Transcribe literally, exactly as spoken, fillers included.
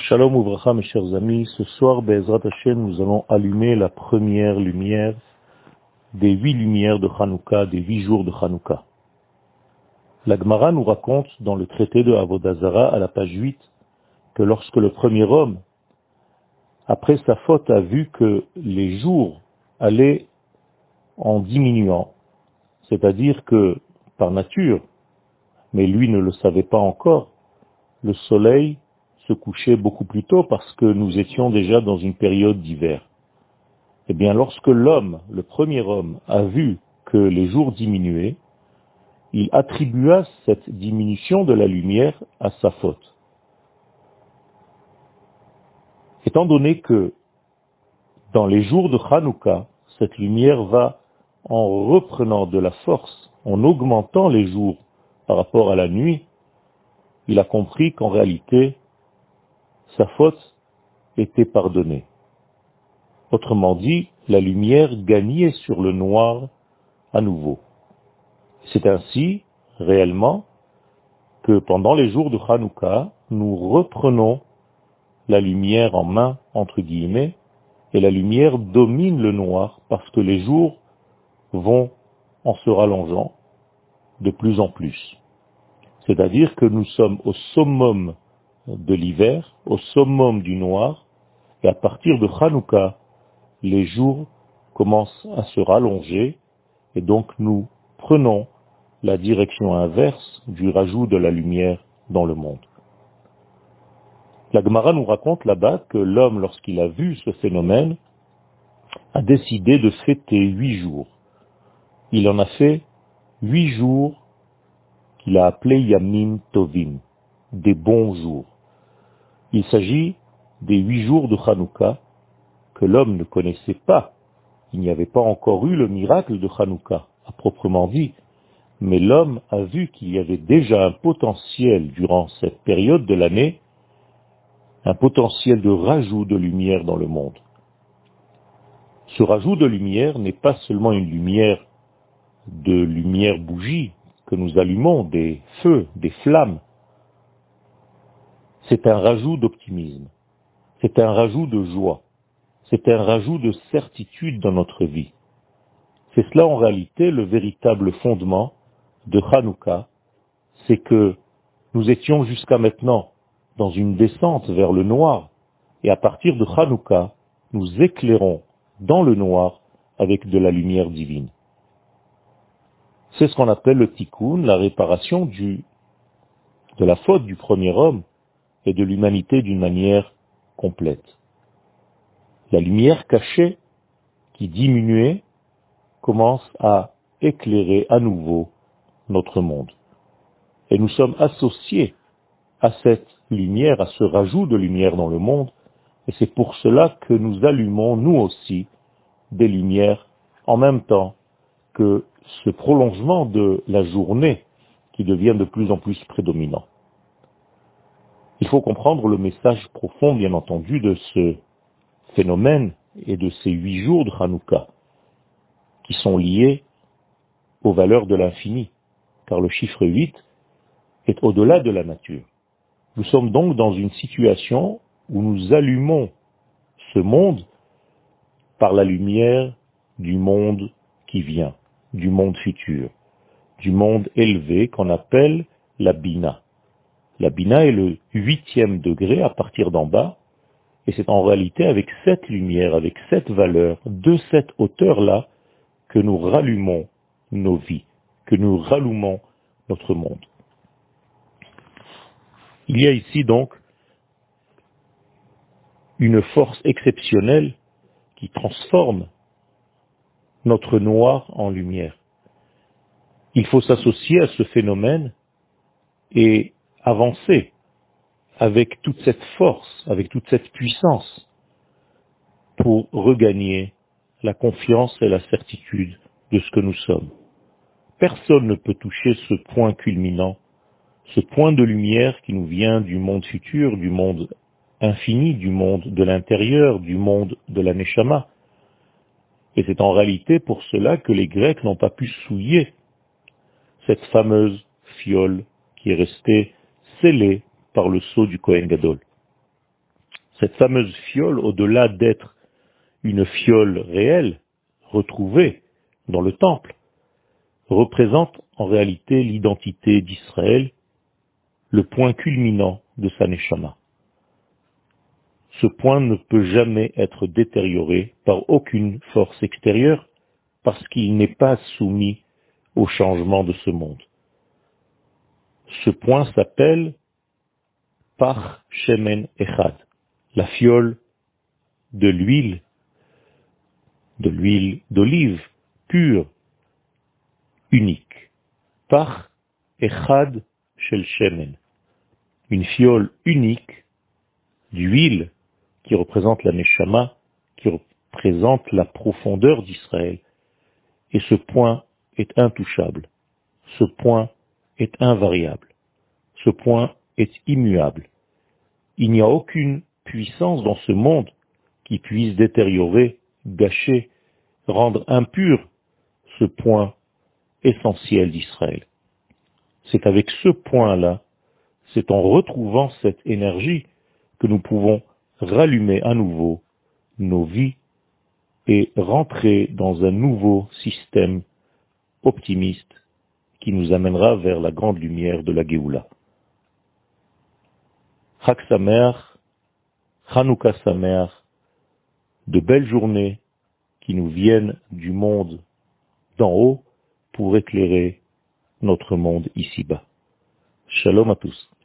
Shalom Uvracha, mes chers amis. Ce soir, Be'ezrat Hashem, nous allons allumer la première lumière des huit lumières de Hanouka, des huit jours de Hanouka. La Gemara nous raconte dans le traité de Avodah Zara, à la page huit, que lorsque le premier homme, après sa faute, a vu que les jours allaient en diminuant, c'est-à-dire que, par nature, mais lui ne le savait pas encore, le soleil se couchait beaucoup plus tôt parce que nous étions déjà dans une période d'hiver. Eh bien, lorsque l'homme, le premier homme, a vu que les jours diminuaient, il attribua cette diminution de la lumière à sa faute. Étant donné que dans les jours de Hanouka, cette lumière va en reprenant de la force, en augmentant les jours par rapport à la nuit, il a compris qu'en réalité, sa faute était pardonnée. Autrement dit, la lumière gagnait sur le noir à nouveau. C'est ainsi, réellement, que pendant les jours de Hanouka, nous reprenons la lumière en main, entre guillemets, et la lumière domine le noir parce que les jours vont en se rallongeant de plus en plus. C'est-à-dire que nous sommes au summum de l'hiver, au summum du noir, et à partir de Hanouka, les jours commencent à se rallonger, et donc nous prenons la direction inverse du rajout de la lumière dans le monde. La Gemara nous raconte là-bas que l'homme, lorsqu'il a vu ce phénomène, a décidé de fêter huit jours. Il en a fait huit jours qu'il a appelés Yamim Tovim, des bons jours. Il s'agit des huit jours de Hanouka que l'homme ne connaissait pas. Il n'y avait pas encore eu le miracle de Hanouka, à proprement dit. Mais l'homme a vu qu'il y avait déjà un potentiel durant cette période de l'année, un potentiel de rajout de lumière dans le monde. Ce rajout de lumière n'est pas seulement une lumière de lumière bougie que nous allumons, des feux, des flammes. C'est un rajout d'optimisme. C'est un rajout de joie. C'est un rajout de certitude dans notre vie. C'est cela en réalité le véritable fondement de Hanouka, c'est que nous étions jusqu'à maintenant dans une descente vers le noir, et à partir de Hanouka, nous éclairons dans le noir avec de la lumière divine. C'est ce qu'on appelle le tikkun, la réparation du, de la faute du premier homme et de l'humanité d'une manière complète. La lumière cachée qui diminuait commence à éclairer à nouveau notre monde. Et nous sommes associés à cette lumière, à ce rajout de lumière dans le monde, et c'est pour cela que nous allumons, nous aussi, des lumières en même temps que ce prolongement de la journée qui devient de plus en plus prédominant. Il faut comprendre le message profond, bien entendu, de ce phénomène et de ces huit jours de Hanouka, qui sont liés aux valeurs de l'infini, car le chiffre huit est au-delà de la nature. Nous sommes donc dans une situation où nous allumons ce monde par la lumière du monde qui vient, du monde futur, du monde élevé qu'on appelle la Bina. La Bina est le huitième degré à partir d'en bas, et c'est en réalité avec cette lumière, avec cette valeur, de cette hauteur-là, que nous rallumons nos vies, que nous rallumons notre monde. Il y a ici donc une force exceptionnelle qui transforme notre noir en lumière. Il faut s'associer à ce phénomène et avancer avec toute cette force, avec toute cette puissance pour regagner la confiance et la certitude de ce que nous sommes. Personne ne peut toucher ce point culminant, ce point de lumière qui nous vient du monde futur, du monde infini, du monde de l'intérieur, du monde de la Neshama. Et c'est en réalité pour cela que les Grecs n'ont pas pu souiller cette fameuse fiole qui est restée scellée par le sceau du Kohen Gadol. Cette fameuse fiole, au-delà d'être une fiole réelle, retrouvée dans le temple, représente en réalité l'identité d'Israël, le point culminant de sa neshama. Ce point ne peut jamais être détérioré par aucune force extérieure parce qu'il n'est pas soumis au changement de ce monde. Ce point s'appelle Pach Shemen Echad, la fiole de l'huile, de l'huile d'olive pure, unique. Pach Echad Shel Shemen, une fiole unique d'huile qui représente la Neshama, qui représente la profondeur d'Israël. Et ce point est intouchable. Ce point est invariable. Ce point est immuable. Il n'y a aucune puissance dans ce monde qui puisse détériorer, gâcher, rendre impur ce point essentiel d'Israël. C'est avec ce point-là, c'est en retrouvant cette énergie que nous pouvons rallumer à nouveau nos vies et rentrer dans un nouveau système optimiste qui nous amènera vers la grande lumière de la Géoula. Chag Sameach, Hanouka Sameach, de belles journées qui nous viennent du monde d'en haut pour éclairer notre monde ici-bas. Shalom à tous.